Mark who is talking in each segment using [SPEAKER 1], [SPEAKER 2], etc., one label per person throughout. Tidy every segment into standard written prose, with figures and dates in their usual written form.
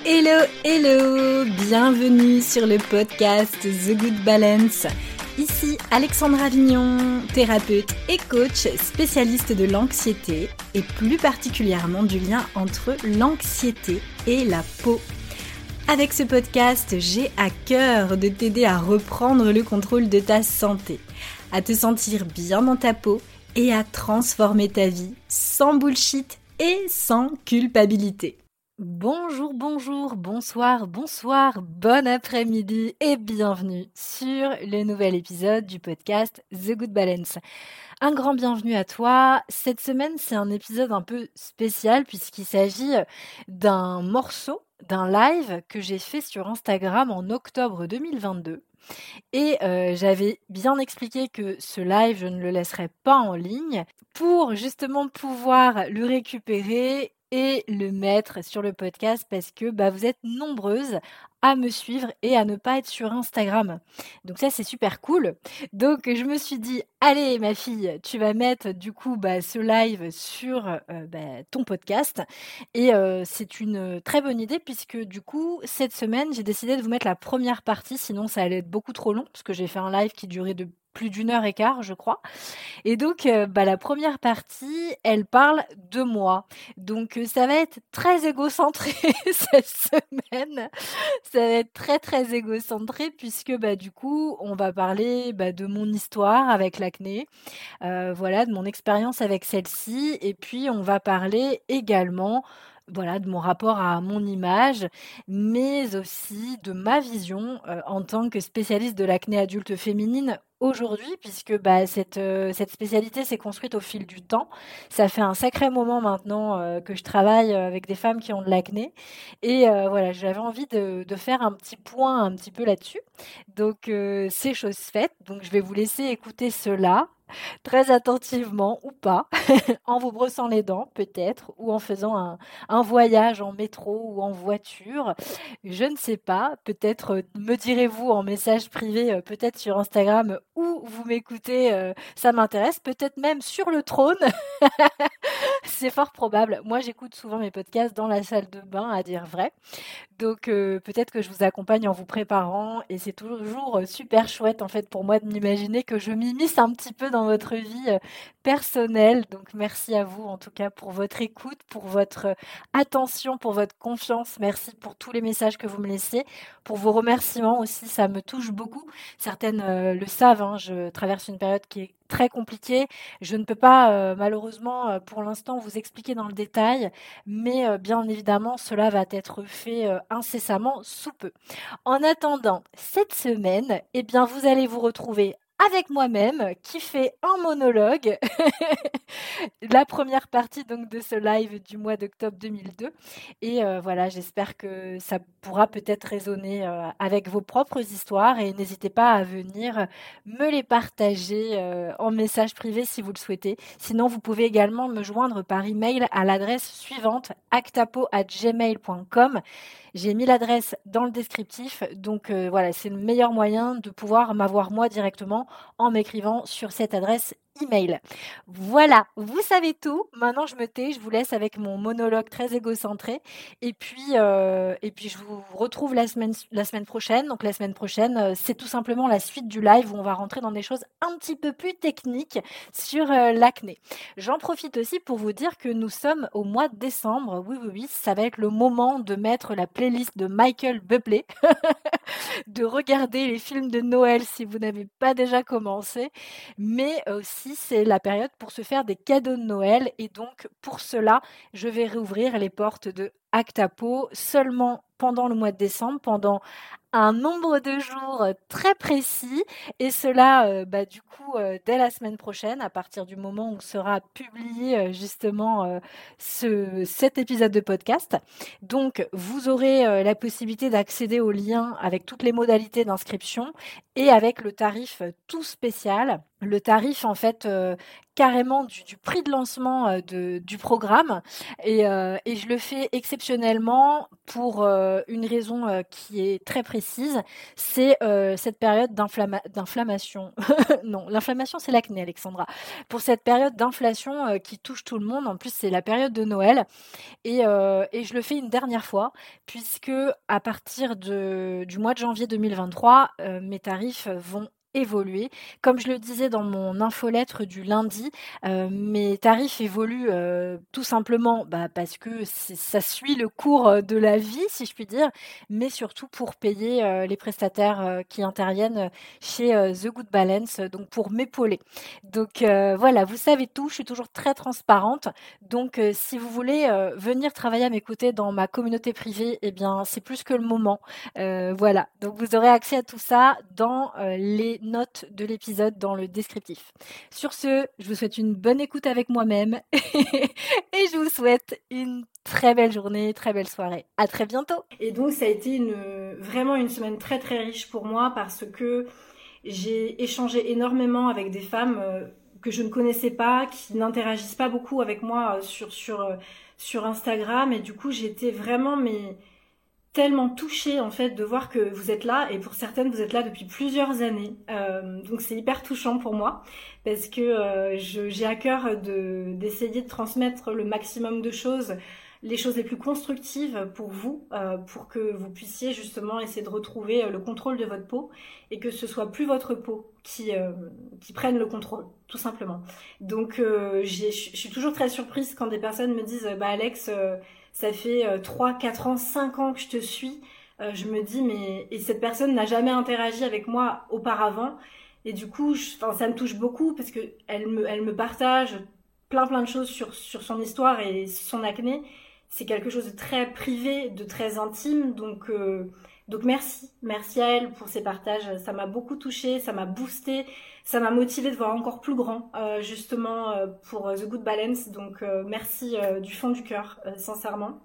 [SPEAKER 1] Hello, hello! Bienvenue sur le podcast The Good Balance. Ici Alexandra Avignon, thérapeute et coach spécialiste de l'anxiété et plus particulièrement du lien entre l'anxiété et la peau. Avec ce podcast, j'ai à cœur de t'aider à reprendre le contrôle de ta santé, à te sentir bien dans ta peau et à transformer ta vie sans bullshit et sans culpabilité. Bonjour, bonsoir, bon après-midi et bienvenue sur le nouvel épisode du podcast The Good Balance. Un grand bienvenue à toi. Cette semaine, c'est un épisode un peu spécial puisqu'il s'agit d'un morceau, d'un live que j'ai fait sur Instagram en octobre 2022. Et j'avais bien expliqué que ce live, je ne le laisserais pas en ligne pour justement pouvoir le récupérer et le mettre sur le podcast parce que vous êtes nombreuses à me suivre et à ne pas être sur Instagram. Donc ça, c'est super cool. Donc je me suis dit, allez ma fille, tu vas mettre du coup ce live sur ton podcast. Et c'est une très bonne idée puisque du coup, cette semaine, j'ai décidé de vous mettre la première partie, sinon ça allait être beaucoup trop long parce que j'ai fait un live qui durait de plus d'1 heure et quart, je crois. Et donc, la première partie, elle parle de moi. Donc, ça va être très égocentré cette semaine. Ça va être très, très égocentré puisque, du coup, on va parler, de mon histoire avec l'acné, de mon expérience avec celle-ci et puis on va parler également, de mon rapport à mon image, mais aussi de ma vision, en tant que spécialiste de l'acné adulte féminine aujourd'hui puisque, cette spécialité s'est construite au fil du temps. Ça fait un sacré moment maintenant, que je travaille, avec des femmes qui ont de l'acné et j'avais envie de faire un petit point un petit peu là-dessus. Donc c'est chose faite, donc je vais vous laisser écouter cela très attentivement ou pas, en vous brossant les dents peut-être, ou en faisant un voyage en métro ou en voiture. Je ne sais pas, peut-être me direz-vous en message privé, peut-être sur Instagram où vous m'écoutez, ça m'intéresse, peut-être même sur le trône. C'est fort probable. Moi, j'écoute souvent mes podcasts dans la salle de bain, à dire vrai. Donc peut-être que je vous accompagne en vous préparant et c'est toujours super chouette en fait pour moi de m'imaginer que je m'immisce un petit peu dans votre vie personnelle. Donc merci à vous en tout cas pour votre écoute, pour votre attention, pour votre confiance. Merci pour tous les messages que vous me laissez, pour vos remerciements aussi, ça me touche beaucoup. Certaines le savent, hein, je traverse une période qui est très compliquée. Je ne peux pas malheureusement pour l'instant vous expliquer dans le détail, mais bien évidemment, cela va être fait incessamment sous peu. En attendant, cette semaine, vous allez vous retrouver avec moi-même qui fait un monologue, la première partie donc de ce live du mois d'octobre 2002 et j'espère que ça pourra peut-être résonner, avec vos propres histoires et n'hésitez pas à venir me les partager, en message privé si vous le souhaitez. Sinon, vous pouvez également me joindre par email à l'adresse suivante actapo@gmail.com. J'ai mis l'adresse dans le descriptif, donc c'est le meilleur moyen de pouvoir m'avoir moi directement en m'écrivant sur cette adresse email. Voilà, vous savez tout. Maintenant, je me tais, je vous laisse avec mon monologue très égocentré. Et puis je vous retrouve la semaine prochaine. Donc la semaine prochaine, c'est tout simplement la suite du live où on va rentrer dans des choses un petit peu plus techniques sur l'acné. J'en profite aussi pour vous dire que nous sommes au mois de décembre. Oui, ça va être le moment de mettre la playlist de Michael Bublé, de regarder les films de Noël si vous n'avez pas déjà commencé, mais aussi c'est la période pour se faire des cadeaux de Noël et donc pour cela, je vais réouvrir les portes de Actapo seulement pendant le mois de décembre, pendant un nombre de jours très précis et cela dès la semaine prochaine à partir du moment où sera publié justement cet épisode de podcast. Donc vous aurez la possibilité d'accéder au lien avec toutes les modalités d'inscription et avec le tarif tout spécial. Le tarif en fait carrément du prix de lancement du programme et je le fais exceptionnellement pour une raison qui est très précise, c'est cette période d'inflammation. Non, l'inflammation c'est l'acné, Alexandra. Pour cette période d'inflation qui touche tout le monde, en plus c'est la période de Noël et je le fais une dernière fois puisque à partir du mois de janvier 2023, mes tarifs vont évoluer. Comme je le disais dans mon infolettre du lundi, mes tarifs évoluent tout simplement parce que ça suit le cours de la vie, si je puis dire, mais surtout pour payer les prestataires qui interviennent chez The Good Balance, donc pour m'épauler. Donc voilà, vous savez tout, je suis toujours très transparente. Donc si vous voulez venir travailler à mes côtés dans ma communauté privée, eh bien c'est plus que le moment. Voilà, donc vous aurez accès à tout ça dans les notes de l'épisode, dans le descriptif. Sur ce, je vous souhaite une bonne écoute avec moi-même et je vous souhaite une très belle journée, très belle soirée. À très bientôt. Et donc ça a été vraiment une semaine très très riche pour moi parce que j'ai échangé énormément avec des femmes que je ne connaissais pas, qui n'interagissent pas beaucoup avec moi sur Instagram, et du coup j'étais vraiment tellement touchée en fait de voir que vous êtes là, et pour certaines vous êtes là depuis plusieurs années, donc c'est hyper touchant pour moi parce que j'ai à cœur d'essayer de transmettre le maximum de choses, les choses les plus constructives pour vous, pour que vous puissiez justement essayer de retrouver le contrôle de votre peau et que ce soit plus votre peau qui prenne le contrôle, tout simplement. Donc je suis toujours très surprise quand des personnes me disent Alex, ça fait 3, 4 ans, 5 ans que je te suis. Je me dis et cette personne n'a jamais interagi avec moi auparavant, et du coup ça me touche beaucoup parce que elle me partage plein de choses sur son histoire et son acné. C'est quelque chose de très privé, de très intime, donc merci à elle pour ses partages. Ça m'a beaucoup touchée, ça m'a boostée, ça m'a motivée de voir encore plus grand, justement pour The Good Balance. Donc merci du fond du cœur, sincèrement.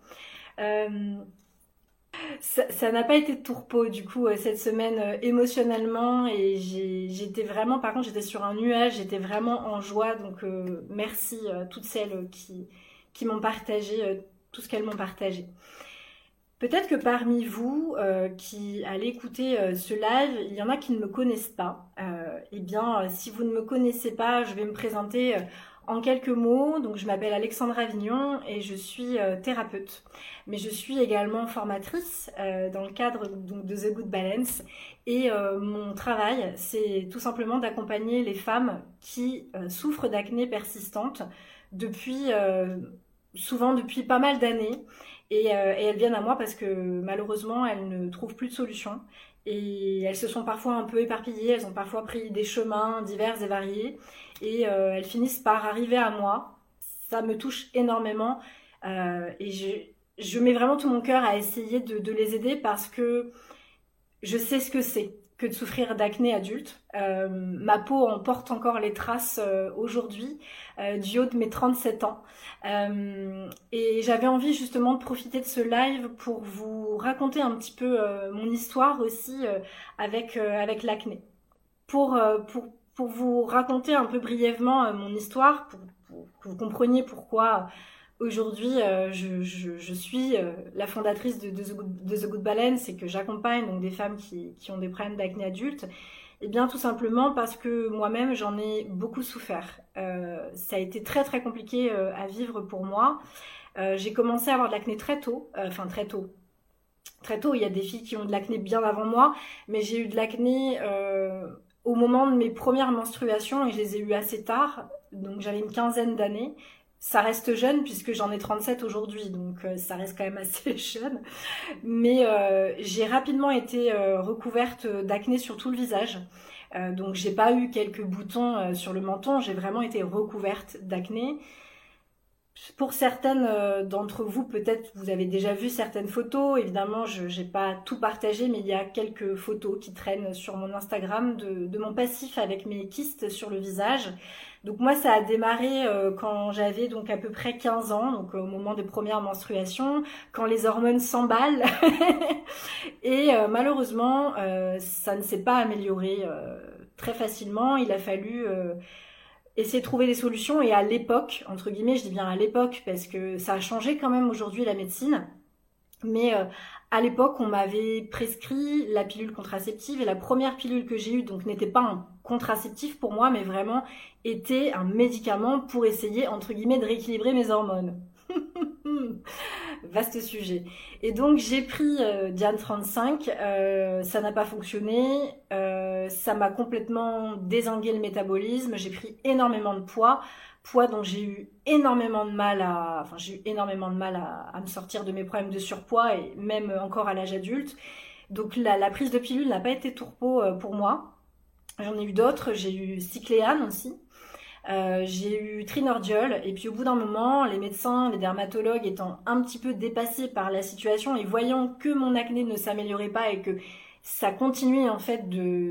[SPEAKER 1] Ça n'a pas été de tout repos du coup cette semaine émotionnellement, et j'étais vraiment, par contre j'étais sur un nuage, j'étais vraiment en joie, donc merci à toutes celles qui m'ont partagé tout ce qu'elles m'ont partagé. Peut-être que parmi vous qui allez écouter ce live, il y en a qui ne me connaissent pas. Eh bien, si vous ne me connaissez pas, je vais me présenter en quelques mots. Donc, je m'appelle Alexandra Vignon et je suis thérapeute. Mais je suis également formatrice dans le cadre donc, de The Good Balance. Et mon travail, c'est tout simplement d'accompagner les femmes qui souffrent d'acné persistante souvent depuis pas mal d'années. Et elles viennent à moi parce que malheureusement, elles ne trouvent plus de solution. Et elles se sont parfois un peu éparpillées, elles ont parfois pris des chemins divers et variés. Et elles finissent par arriver à moi. Ça me touche énormément. Et je mets vraiment tout mon cœur à essayer de les aider parce que je sais ce que c'est que de souffrir d'acné adulte. Ma peau en porte encore les traces aujourd'hui, du haut de mes 37 ans. Et j'avais envie justement de profiter de ce live pour vous raconter un petit peu mon histoire aussi avec l'acné. Pour vous raconter un peu brièvement mon histoire, pour que vous compreniez pourquoi aujourd'hui je suis la fondatrice de The Good Balance et que j'accompagne donc des femmes qui ont des problèmes d'acné adulte. Eh bien tout simplement parce que moi-même j'en ai beaucoup souffert. Ça a été très très compliqué à vivre pour moi. J'ai commencé à avoir de l'acné très tôt, Très tôt, il y a des filles qui ont de l'acné bien avant moi, mais j'ai eu de l'acné au moment de mes premières menstruations et je les ai eues assez tard, donc j'avais une quinzaine d'années. Ça reste jeune puisque j'en ai 37 aujourd'hui, donc ça reste quand même assez jeune. Mais j'ai rapidement été recouverte d'acné sur tout le visage. Donc j'ai pas eu quelques boutons sur le menton, j'ai vraiment été recouverte d'acné. Pour certaines d'entre vous, peut-être vous avez déjà vu certaines photos. Évidemment, je n'ai pas tout partagé, mais il y a quelques photos qui traînent sur mon Instagram de mon passif avec mes kystes sur le visage. Donc moi, ça a démarré quand j'avais donc à peu près 15 ans, donc au moment des premières menstruations, quand les hormones s'emballent. Et malheureusement, ça ne s'est pas amélioré très facilement. Il a fallu essayer de trouver des solutions. Et à l'époque, entre guillemets, je dis bien à l'époque, parce que ça a changé quand même aujourd'hui la médecine, mais à l'époque, on m'avait prescrit la pilule contraceptive et la première pilule que j'ai eue, donc n'était pas un contraceptif pour moi, mais vraiment était un médicament pour essayer, entre guillemets, de rééquilibrer mes hormones. Vaste sujet. Et donc j'ai pris Diane 35, ça n'a pas fonctionné, ça m'a complètement dézingué le métabolisme, j'ai pris énormément de poids dont j'ai eu énormément de mal à me sortir de mes problèmes de surpoids et même encore à l'âge adulte. Donc la prise de pilule n'a pas été tourpeau pour moi. J'en ai eu d'autres, j'ai eu Cycléane aussi. J'ai eu Trinordiol et puis au bout d'un moment, les médecins, les dermatologues étant un petit peu dépassés par la situation et voyant que mon acné ne s'améliorait pas et que ça continuait en fait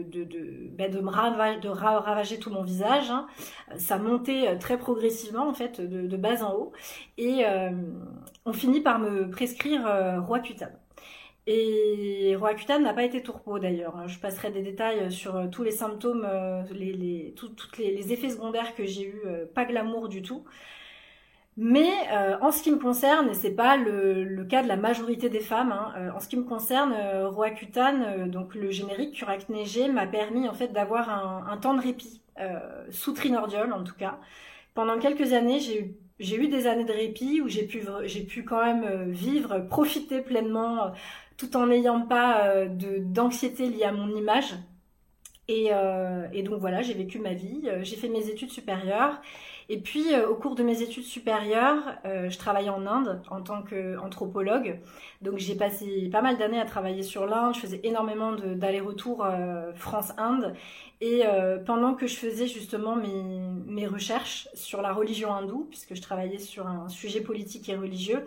[SPEAKER 1] de ravager tout mon visage, hein. Ça montait très progressivement en fait de bas en haut et on finit par me prescrire Roaccutane. Et Roaccutane n'a pas été tourpeau d'ailleurs. Je passerai des détails sur tous les symptômes, tous les effets secondaires que j'ai eu, pas glamour du tout. Mais en ce qui me concerne, et c'est pas le cas de la majorité des femmes, hein, en ce qui me concerne, Roaccutane, donc le générique Curacné G, m'a permis en fait d'avoir un temps de répit, sous Trinordiol en tout cas. Pendant quelques années, j'ai eu des années de répit où j'ai pu quand même vivre, profiter pleinement, tout en n'ayant pas d'anxiété liée à mon image. Et donc voilà, j'ai vécu ma vie, j'ai fait mes études supérieures. Et puis au cours de mes études supérieures, je travaillais en Inde en tant qu'anthropologue. Donc j'ai passé pas mal d'années à travailler sur l'Inde, je faisais énormément d'allers-retours France-Inde. Et pendant que je faisais justement mes recherches sur la religion hindoue, puisque je travaillais sur un sujet politique et religieux,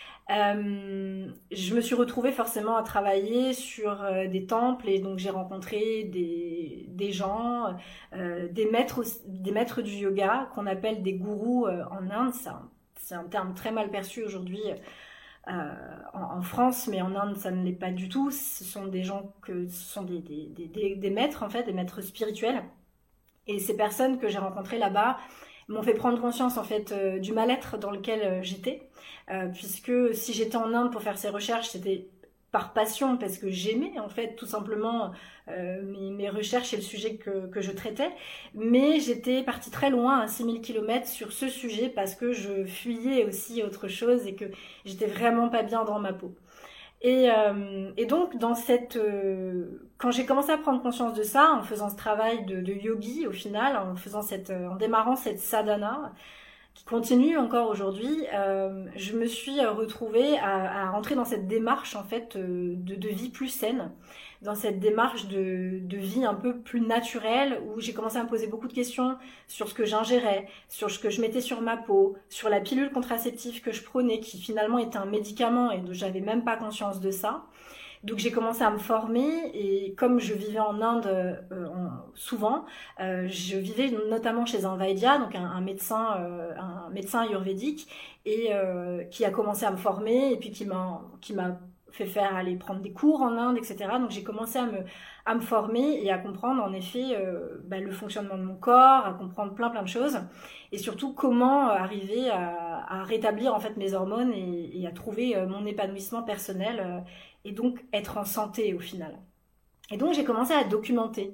[SPEAKER 1] je me suis retrouvée forcément à travailler sur des temples et donc j'ai rencontré des gens, des maîtres du yoga qu'on appelle des gourous en Inde. C'est un terme très mal perçu aujourd'hui en France, mais en Inde ça ne l'est pas du tout. Ce sont des gens des maîtres en fait, des maîtres spirituels. Et ces personnes que j'ai rencontrées là-bas m'ont fait prendre conscience en fait du mal-être dans lequel j'étais, puisque si j'étais en Inde pour faire ces recherches, c'était par passion parce que j'aimais en fait tout simplement mes recherches et le sujet que je traitais, mais j'étais partie très loin à 6000 km sur ce sujet parce que je fuyais aussi autre chose et que j'étais vraiment pas bien dans ma peau. Et donc quand j'ai commencé à prendre conscience de ça, en faisant ce travail de yogi au final, en démarrant cette sadhana qui continue encore aujourd'hui, je me suis retrouvée à rentrer dans cette démarche en fait de vie plus saine, dans cette démarche de vie un peu plus naturelle où j'ai commencé à me poser beaucoup de questions sur ce que j'ingérais, sur ce que je mettais sur ma peau, sur la pilule contraceptive que je prenais qui finalement était un médicament et dont j'avais même pas conscience de ça. Donc j'ai commencé à me former et comme je vivais en Inde souvent, je vivais notamment chez un Vaidya, donc un médecin ayurvédique et qui a commencé à me former et puis qui m'a fait faire aller prendre des cours en Inde, etc. Donc j'ai commencé à me former et à comprendre en effet le fonctionnement de mon corps, à comprendre plein de choses et surtout comment arriver à rétablir en fait mes hormones et à trouver mon épanouissement personnel et donc être en santé au final. Et donc j'ai commencé à documenter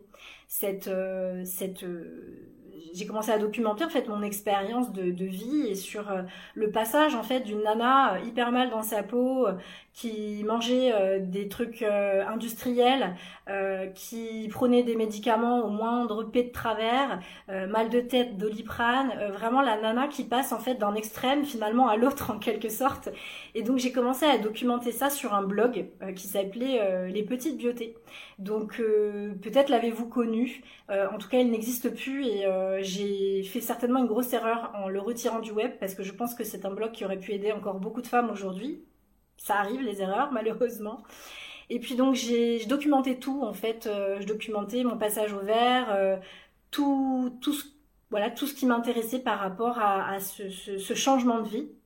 [SPEAKER 1] j'ai commencé à documenter en fait mon expérience de vie et sur le passage en fait d'une nana hyper mal dans sa peau qui mangeait des trucs industriels, qui prenait des médicaments au moindre pet de travers, mal de tête, Doliprane, vraiment la nana qui passe en fait d'un extrême finalement à l'autre en quelque sorte. Et donc j'ai commencé à documenter ça sur un blog qui s'appelait Les Petites Beautés. Donc peut-être l'avez-vous connu, en tout cas il n'existe plus et j'ai fait certainement une grosse erreur en le retirant du web parce que je pense que c'est un blog qui aurait pu aider encore beaucoup de femmes aujourd'hui. Ça arrive les erreurs malheureusement. Et puis donc j'ai documenté tout en fait, je documentais mon passage au vert, tout ce qui m'intéressait par rapport à ce changement de vie,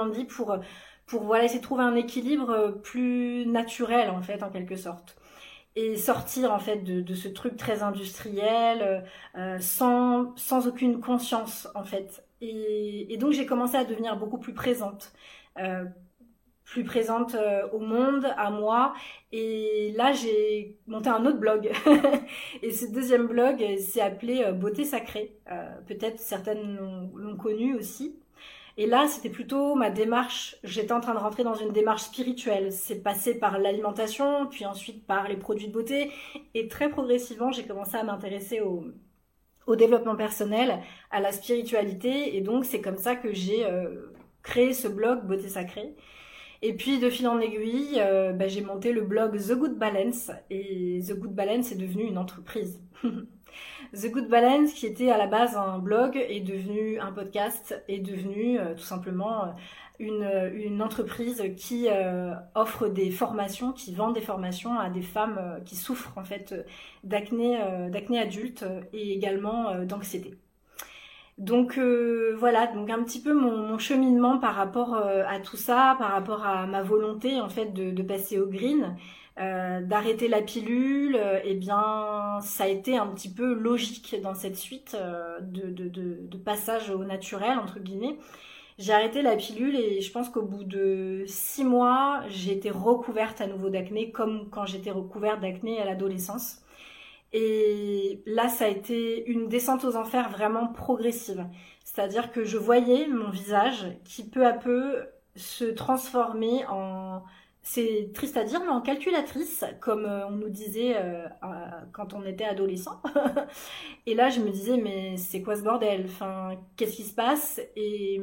[SPEAKER 1] pour essayer de trouver un équilibre plus naturel en fait en quelque sorte. et sortir en fait de ce truc très industriel, sans aucune conscience en fait. Et donc j'ai commencé à devenir beaucoup euh, plus présente au monde, à moi. Et là, j'ai monté un autre blog. Et ce deuxième blog s'est appelé Beauté Sacrée. Peut-être certaines l'ont connu aussi. Et là, c'était plutôt ma démarche. J'étais en train de rentrer dans une démarche spirituelle. C'est passé par l'alimentation, puis ensuite par les produits de beauté. Et très progressivement, j'ai commencé à m'intéresser au développement personnel, à la spiritualité. Et donc, c'est comme ça que j'ai créé ce blog Beauté Sacrée. Et puis de fil en aiguille, j'ai monté le blog The Good Balance et The Good Balance est devenu une entreprise. The Good Balance, qui était à la base un blog, est devenu un podcast, est devenu tout simplement une entreprise qui offre des formations, qui vend des formations à des femmes qui souffrent en fait d'acné adulte et également d'anxiété. Donc voilà, donc un petit peu mon cheminement par rapport à tout ça, par rapport à ma volonté en fait de passer au green, d'arrêter la pilule, eh bien ça a été un petit peu logique dans cette suite de passage au naturel entre guillemets. J'ai arrêté la pilule et je pense qu'au bout de 6 mois, j'ai été recouverte à nouveau d'acné comme quand j'étais recouverte d'acné à l'adolescence. Et là, ça a été une descente aux enfers vraiment progressive. C'est-à-dire que je voyais mon visage qui peu à peu se transformait en, c'est triste à dire, mais en calculatrice, comme on nous disait quand on était adolescent. Et là, je me disais, mais c'est quoi ce bordel? Enfin, qu'est-ce qui se passe? Et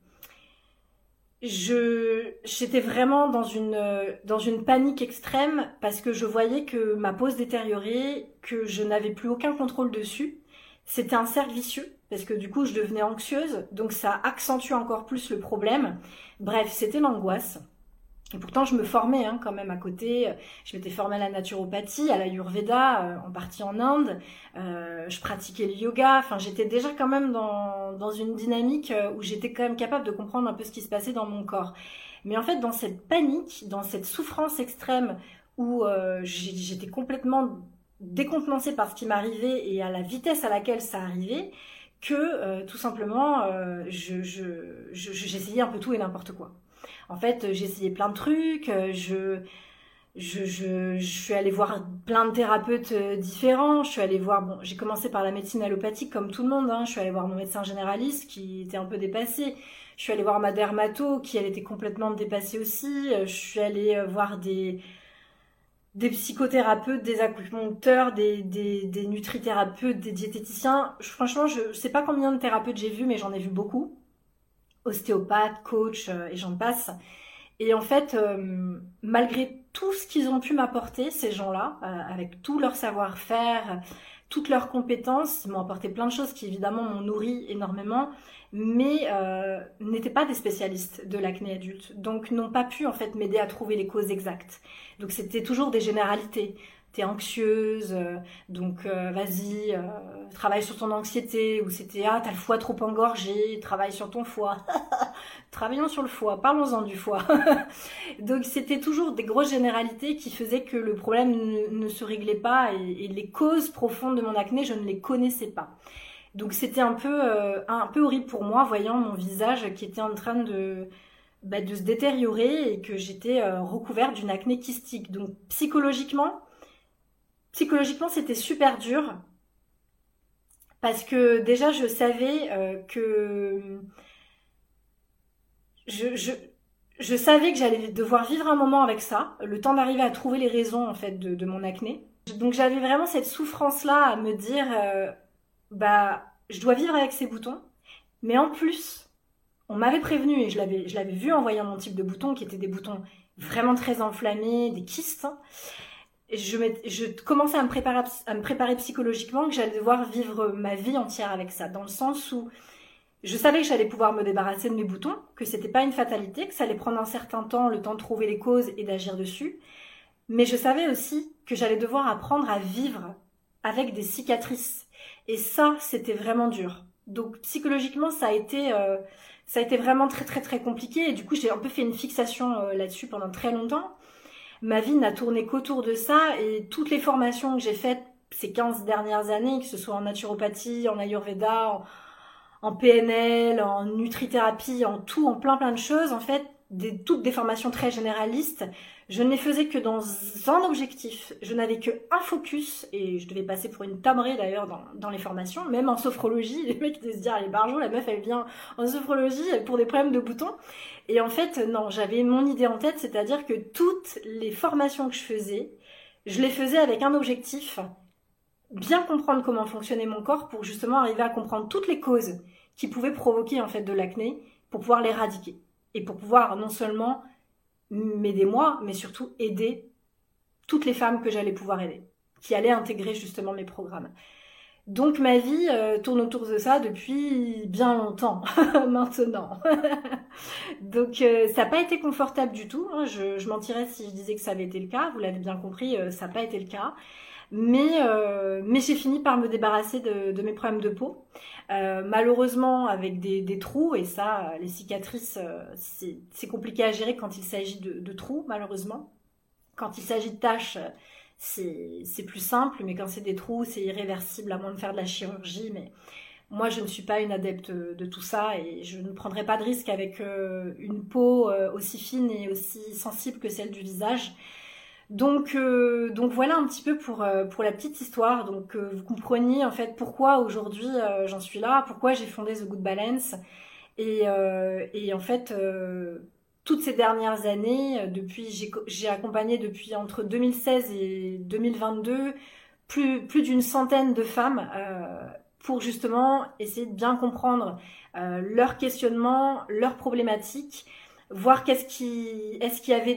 [SPEAKER 1] j'étais vraiment dans une panique extrême parce que je voyais que ma peau se détériorait, que je n'avais plus aucun contrôle dessus. C'était un cercle vicieux parce que du coup je devenais anxieuse, donc ça accentue encore plus le problème. Bref, c'était l'angoisse. Et pourtant, je me formais quand même à côté. Je m'étais formée à la naturopathie, à l'Ayurveda, en partie en Inde. Je pratiquais le yoga. Enfin, j'étais déjà quand même dans une dynamique où j'étais quand même capable de comprendre un peu ce qui se passait dans mon corps. Mais en fait, dans cette panique, dans cette souffrance extrême où j'étais complètement décontenancée par ce qui m'arrivait et à la vitesse à laquelle ça arrivait, que tout simplement, j'essayais un peu tout et n'importe quoi. En fait, j'ai essayé plein de trucs, je suis allée voir plein de thérapeutes différents, j'ai commencé par la médecine allopathique comme tout le monde, je suis allée voir mon médecin généraliste qui était un peu dépassé, je suis allée voir ma dermato qui elle était complètement dépassée aussi, je suis allée voir des psychothérapeutes, des acupuncteurs, des nutrithérapeutes, des diététiciens. Franchement, je sais pas combien de thérapeutes j'ai vu, mais j'en ai vu beaucoup. Ostéopathes, coachs et j'en passe. Et en fait, malgré tout ce qu'ils ont pu m'apporter, ces gens-là, avec tout leur savoir-faire, toutes leurs compétences, ils m'ont apporté plein de choses qui évidemment m'ont nourri énormément, mais n'étaient pas des spécialistes de l'acné adulte, donc n'ont pas pu en fait m'aider à trouver les causes exactes. Donc c'était toujours des généralités. T'es anxieuse, donc vas-y, travaille sur ton anxiété, ou c'était t'as le foie trop engorgé, travaille sur ton foie. Travaillons sur le foie, parlons-en du foie. Donc c'était toujours des grosses généralités qui faisaient que le problème ne se réglait pas et les causes profondes de mon acné, je ne les connaissais pas. Donc c'était un peu horrible pour moi, voyant mon visage qui était en train de se détériorer et que j'étais recouverte d'une acné kystique. Donc psychologiquement, c'était super dur parce que déjà, je savais que je savais que j'allais devoir vivre un moment avec ça, le temps d'arriver à trouver les raisons en fait de mon acné. Donc j'avais vraiment cette souffrance-là à me dire, je dois vivre avec ces boutons, mais en plus, on m'avait prévenu et je l'avais vu en voyant mon type de boutons qui étaient des boutons vraiment très enflammés, des kystes. Je commençais à me préparer psychologiquement que j'allais devoir vivre ma vie entière avec ça, dans le sens où je savais que j'allais pouvoir me débarrasser de mes boutons, que c'était pas une fatalité, que ça allait prendre un certain temps, le temps de trouver les causes et d'agir dessus, mais je savais aussi que j'allais devoir apprendre à vivre avec des cicatrices, et ça, c'était vraiment dur. Donc psychologiquement, ça a été vraiment très très très compliqué, et du coup j'ai un peu fait une fixation là-dessus pendant très longtemps. ma vie n'a tourné qu'autour de ça et toutes les formations que j'ai faites ces 15 dernières années, que ce soit en naturopathie, en ayurveda, en PNL, en nutrithérapie, en tout, en plein de choses, en fait, toutes des formations très généralistes. Je ne les faisais que dans un objectif. Je n'avais que un focus, et je devais passer pour une tamerée d'ailleurs dans les formations, même en sophrologie. Les mecs devaient se dire, allez, Barjo, la meuf, elle vient en sophrologie pour des problèmes de boutons. Et en fait, non, j'avais mon idée en tête, c'est-à-dire que toutes les formations que je les faisais avec un objectif, bien comprendre comment fonctionnait mon corps pour justement arriver à comprendre toutes les causes qui pouvaient provoquer en fait de l'acné, pour pouvoir l'éradiquer. Et pour pouvoir non seulement m'aider moi, mais surtout aider toutes les femmes que j'allais pouvoir aider, qui allaient intégrer justement mes programmes. Donc ma vie tourne autour de ça depuis bien longtemps, maintenant. Donc ça n'a pas été confortable du tout, hein. Je mentirais si je disais que ça avait été le cas, vous l'avez bien compris, ça n'a pas été le cas. Mais j'ai fini par me débarrasser de mes problèmes de peau. Malheureusement avec des trous, et ça, les cicatrices, c'est compliqué à gérer quand il s'agit de trous, malheureusement. Quand il s'agit de taches, c'est plus simple, mais quand c'est des trous, c'est irréversible à moins de faire de la chirurgie. Mais moi, je ne suis pas une adepte de tout ça et je ne prendrai pas de risque avec une peau aussi fine et aussi sensible que celle du visage. Donc voilà un petit peu pour la petite histoire. Donc vous compreniez en fait pourquoi aujourd'hui j'en suis là, pourquoi j'ai fondé The Good Balance et en fait toutes ces dernières années, j'ai accompagné depuis entre 2016 et 2022 plus d'une centaine de femmes pour justement essayer de bien comprendre leurs questionnements, leurs problématiques, voir est-ce qu'il y avait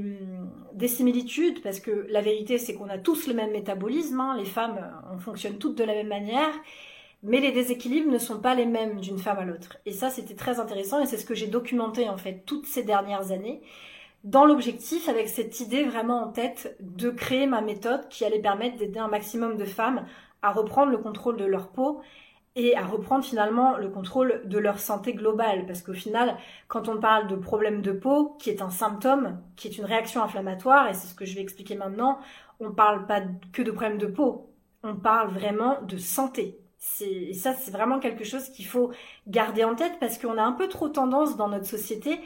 [SPEAKER 1] des similitudes, parce que la vérité c'est qu'on a tous le même métabolisme, hein, les femmes on fonctionne toutes de la même manière, mais les déséquilibres ne sont pas les mêmes d'une femme à l'autre. Et ça c'était très intéressant et c'est ce que j'ai documenté en fait toutes ces dernières années, dans l'objectif avec cette idée vraiment en tête de créer ma méthode qui allait permettre d'aider un maximum de femmes à reprendre le contrôle de leur peau et à reprendre finalement le contrôle de leur santé globale. Parce qu'au final, quand on parle de problème de peau, qui est un symptôme, qui est une réaction inflammatoire, et c'est ce que je vais expliquer maintenant, on parle pas que de problème de peau, on parle vraiment de santé. Et ça, c'est vraiment quelque chose qu'il faut garder en tête parce qu'on a un peu trop tendance dans notre société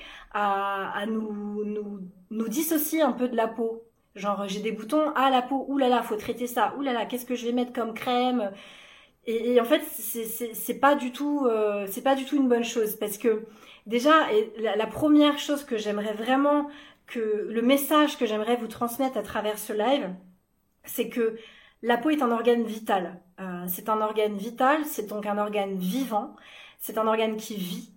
[SPEAKER 1] à nous dissocier un peu de la peau. Genre, j'ai des boutons, ah la peau, oulala, faut traiter ça, oulala, qu'est-ce que je vais mettre comme crème ? Et en fait, c'est pas du tout une bonne chose parce que déjà, la première chose que j'aimerais vraiment le message que j'aimerais vous transmettre à travers ce live, c'est que la peau est un organe vital. C'est un organe vital, c'est donc un organe vivant. C'est un organe qui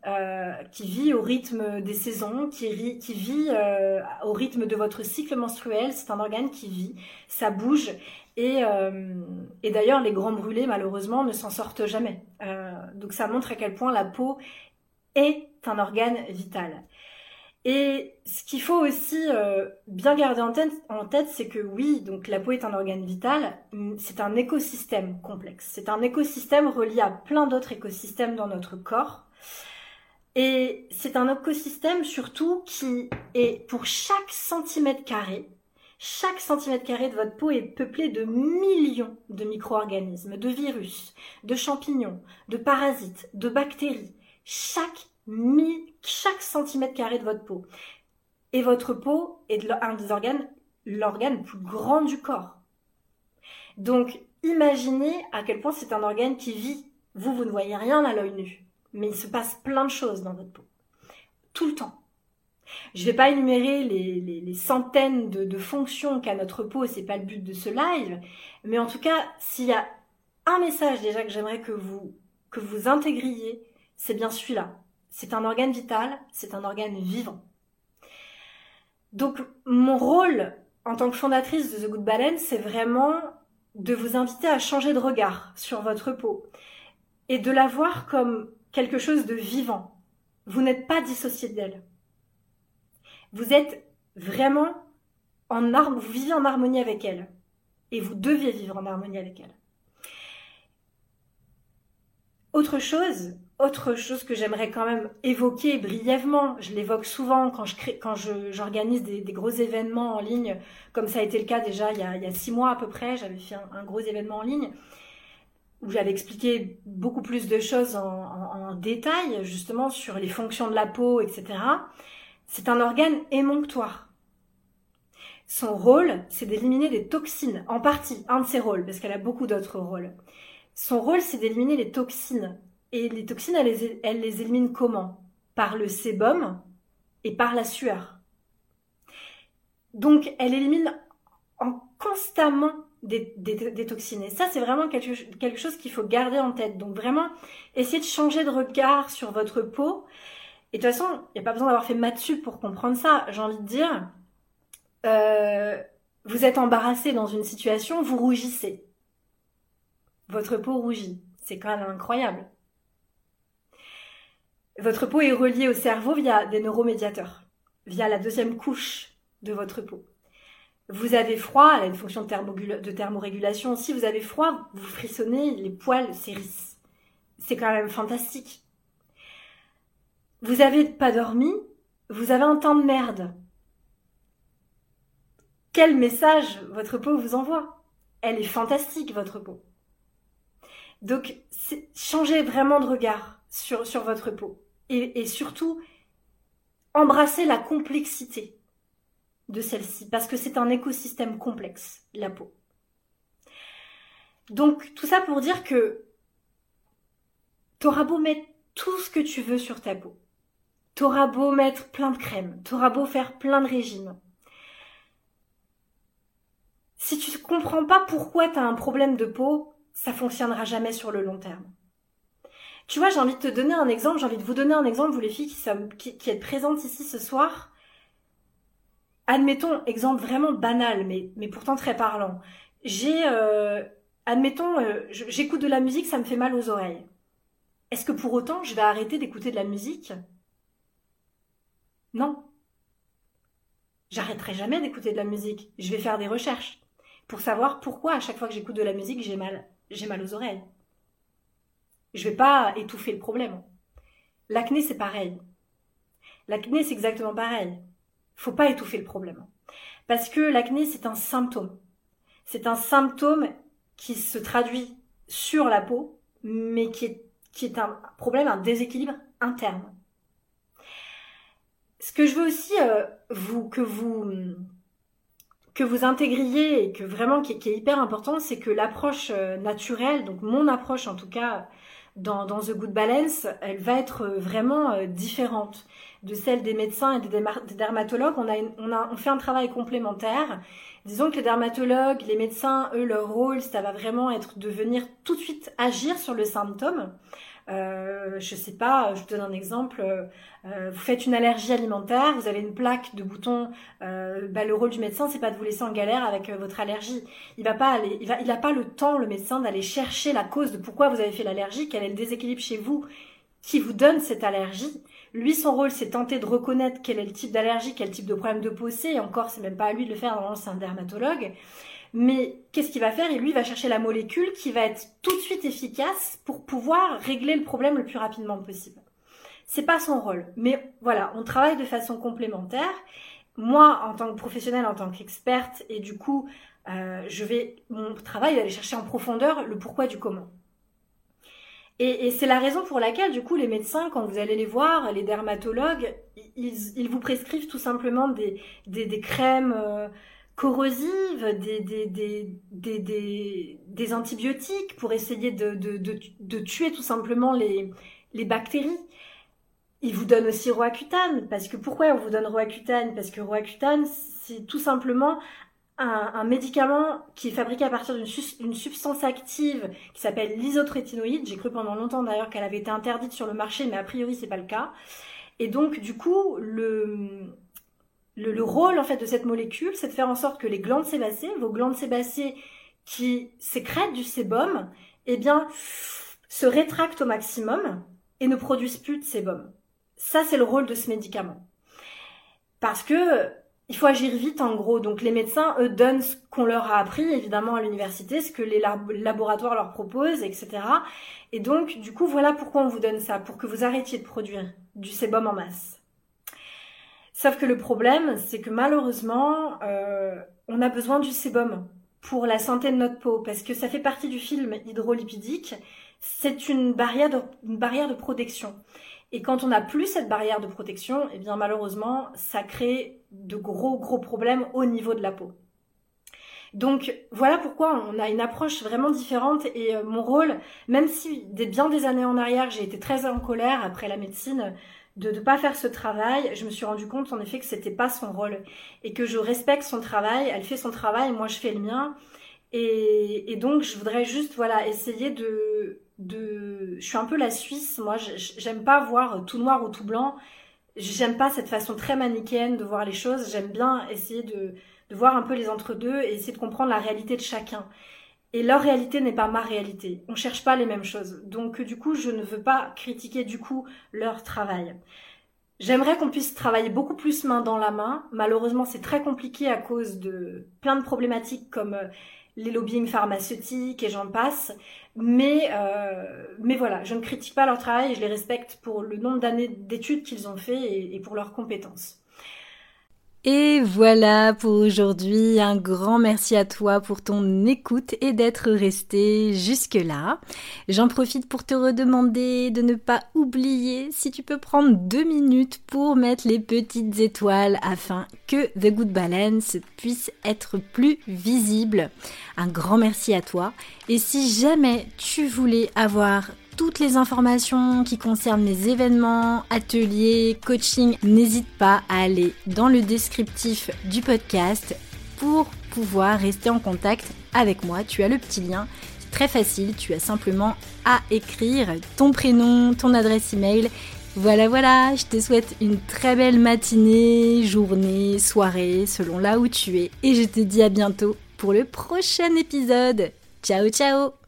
[SPEAKER 1] vit au rythme des saisons, qui vit au rythme de votre cycle menstruel. C'est un organe qui vit, ça bouge. Et d'ailleurs, les grands brûlés, malheureusement, ne s'en sortent jamais. Donc ça montre à quel point la peau est un organe vital. Et ce qu'il faut aussi bien garder en tête, c'est que oui, donc la peau est un organe vital, c'est un écosystème complexe. C'est un écosystème relié à plein d'autres écosystèmes dans notre corps. Et c'est un écosystème surtout qui est pour chaque centimètre carré de votre peau est peuplé de millions de micro-organismes, de virus, de champignons, de parasites, de bactéries. Chaque centimètre carré de votre peau. Et votre peau est un des organes, l'organe le plus grand du corps. Donc, imaginez à quel point c'est un organe qui vit. Vous ne voyez rien à l'œil nu. Mais il se passe plein de choses dans votre peau. Tout le temps. Je ne vais pas énumérer les centaines de fonctions qu'a notre peau, c'est pas le but de ce live. Mais en tout cas, s'il y a un message déjà que j'aimerais que vous intégriez, c'est bien celui-là. C'est un organe vital, c'est un organe vivant. Donc, mon rôle en tant que fondatrice de The Good Balance, c'est vraiment de vous inviter à changer de regard sur votre peau et de la voir comme quelque chose de vivant. Vous n'êtes pas dissocié d'elle. Vous êtes vraiment vous vivez en harmonie avec elle. Et vous deviez vivre en harmonie avec elle. Autre chose autre chose que j'aimerais quand même évoquer brièvement, je l'évoque souvent quand j'organise des gros événements en ligne, comme ça a été le cas déjà il y a 6 mois à peu près, j'avais fait un gros événement en ligne où j'avais expliqué beaucoup plus de choses en détail, justement sur les fonctions de la peau, etc. C'est un organe émonctoire. Son rôle, c'est d'éliminer des toxines, en partie, un de ses rôles, parce qu'elle a beaucoup d'autres rôles. Son rôle, c'est d'éliminer les toxines. Et les toxines, elle les élimine comment? Par le sébum et par la sueur. Donc, elle élimine constamment des toxines. Et ça, c'est vraiment quelque chose qu'il faut garder en tête. Donc, vraiment, essayez de changer de regard sur votre peau. Et de toute façon, il n'y a pas besoin d'avoir fait maths sup pour comprendre ça. J'ai envie de dire, vous êtes embarrassé dans une situation, vous rougissez. Votre peau rougit. C'est quand même incroyable. Votre peau est reliée au cerveau via des neuromédiateurs, via la deuxième couche de votre peau. Vous avez froid, elle a une fonction de thermorégulation. Si vous avez froid, vous frissonnez, les poils s'hérissent. C'est quand même fantastique. Vous n'avez pas dormi, vous avez un temps de merde. Quel message votre peau vous envoie? Elle est fantastique, votre peau. Donc, changez vraiment de regard sur votre peau. Et surtout, embrassez la complexité de celle-ci, parce que c'est un écosystème complexe, la peau. Donc, tout ça pour dire que t'auras beau mettre tout ce que tu veux sur ta peau, t'auras beau mettre plein de crèmes, t'auras beau faire plein de régimes. Si tu ne comprends pas pourquoi tu as un problème de peau, ça fonctionnera jamais sur le long terme. Tu vois, j'ai envie de te donner un exemple, j'ai envie de vous donner un exemple, vous les filles qui êtes présentes ici ce soir. Admettons, exemple vraiment banal, mais pourtant très parlant. J'écoute de la musique, ça me fait mal aux oreilles. Est-ce que pour autant, je vais arrêter d'écouter de la musique? Non. J'arrêterai jamais d'écouter de la musique. Je vais faire des recherches pour savoir pourquoi à chaque fois que j'écoute de la musique, j'ai mal aux oreilles. Je vais pas étouffer le problème. L'acné, c'est pareil. L'acné, c'est exactement pareil. Faut pas étouffer le problème. Parce que l'acné, c'est un symptôme. C'est un symptôme qui se traduit sur la peau, mais qui est un problème, un déséquilibre interne. Ce que je veux aussi que vous intégriez et que vraiment qui est hyper important, c'est que l'approche naturelle, donc mon approche en tout cas dans The Good Balance, elle va être vraiment différente de celle des médecins et des dermatologues. On fait un travail complémentaire. Disons que les dermatologues, les médecins, eux, leur rôle, ça va vraiment être de venir tout de suite agir sur le symptôme. Je sais pas, je vous donne un exemple. Vous faites une allergie alimentaire, vous avez une plaque de boutons. Le rôle du médecin, c'est pas de vous laisser en galère avec votre allergie. Il a pas le temps, le médecin, d'aller chercher la cause de pourquoi vous avez fait l'allergie, quel est le déséquilibre chez vous qui vous donne cette allergie. Lui, son rôle, c'est tenter de reconnaître quel est le type d'allergie, quel type de problème de peau c'est. Et encore, c'est même pas à lui de le faire. Normalement, c'est un dermatologue. Mais qu'est-ce qu'il va faire? Et lui, il va chercher la molécule qui va être tout de suite efficace pour pouvoir régler le problème le plus rapidement possible. C'est pas son rôle. Mais voilà, on travaille de façon complémentaire. Moi, en tant que professionnelle, en tant qu'experte, et du coup, mon travail d'aller chercher en profondeur le pourquoi du comment. Et c'est la raison pour laquelle, du coup, les médecins, quand vous allez les voir, les dermatologues, ils vous prescrivent tout simplement des crèmes corrosives, des antibiotiques pour essayer de tuer tout simplement les bactéries. Ils vous donnent aussi Roaccutane, parce que pourquoi on vous donne Roaccutane? Parce que Roaccutane, c'est tout simplement un médicament qui est fabriqué à partir d'une substance active qui s'appelle l'isotrétinoïde. J'ai cru pendant longtemps d'ailleurs qu'elle avait été interdite sur le marché, mais a priori c'est pas le cas. Et donc du coup, le rôle en fait de cette molécule, c'est de faire en sorte que les glandes sébacées, vos glandes sébacées qui sécrètent du sébum, eh bien, se rétractent au maximum et ne produisent plus de sébum. Ça, c'est le rôle de ce médicament. Parce que
[SPEAKER 2] il faut agir vite en gros. Donc les médecins, eux, donnent ce qu'on leur a appris, évidemment, à l'université, ce que les laboratoires leur proposent, etc. Et donc, du coup, voilà pourquoi on vous donne ça, pour que vous arrêtiez de produire du sébum en masse. Sauf que le problème, c'est que malheureusement, on a besoin du sébum pour la santé de notre peau, parce que ça fait partie du film hydrolipidique. C'est une barrière de protection. Et quand on n'a plus cette barrière de protection, eh bien malheureusement, ça crée de gros problèmes au niveau de la peau. Donc voilà pourquoi on a une approche vraiment différente et mon rôle, même si bien des années en arrière, j'ai été très en colère après la médecine de ne pas faire ce travail, je me suis rendu compte en effet que c'était pas son rôle et que je respecte son travail, elle fait son travail, moi je fais le mien et donc je voudrais juste essayer je suis un peu la Suisse, moi j'aime pas voir tout noir ou tout blanc, j'aime pas cette façon très manichéenne de voir les choses, j'aime bien essayer de voir un peu les entre-deux et essayer de comprendre la réalité de chacun. Et leur réalité n'est pas ma réalité. On cherche pas les mêmes choses. Donc du coup, je ne veux pas critiquer du coup leur travail. J'aimerais qu'on puisse travailler beaucoup plus main dans la main. Malheureusement, c'est très compliqué à cause de plein de problématiques comme les lobbying pharmaceutiques et j'en passe. Mais voilà, je ne critique pas leur travail et je les respecte pour le nombre d'années d'études qu'ils ont fait et pour leurs compétences.
[SPEAKER 1] Et voilà pour aujourd'hui, un grand merci à toi pour ton écoute et d'être resté jusque-là. J'en profite pour te redemander de ne pas oublier si tu peux prendre 2 minutes pour mettre les petites étoiles afin que The Good Balance puisse être plus visible. Un grand merci à toi. Et si jamais tu voulais avoir toutes les informations qui concernent mes événements, ateliers, coaching, n'hésite pas à aller dans le descriptif du podcast pour pouvoir rester en contact avec moi. Tu as le petit lien, c'est très facile, tu as simplement à écrire ton prénom, ton adresse email. Voilà, je te souhaite une très belle matinée, journée, soirée, selon là où tu es. Et je te dis à bientôt pour le prochain épisode. Ciao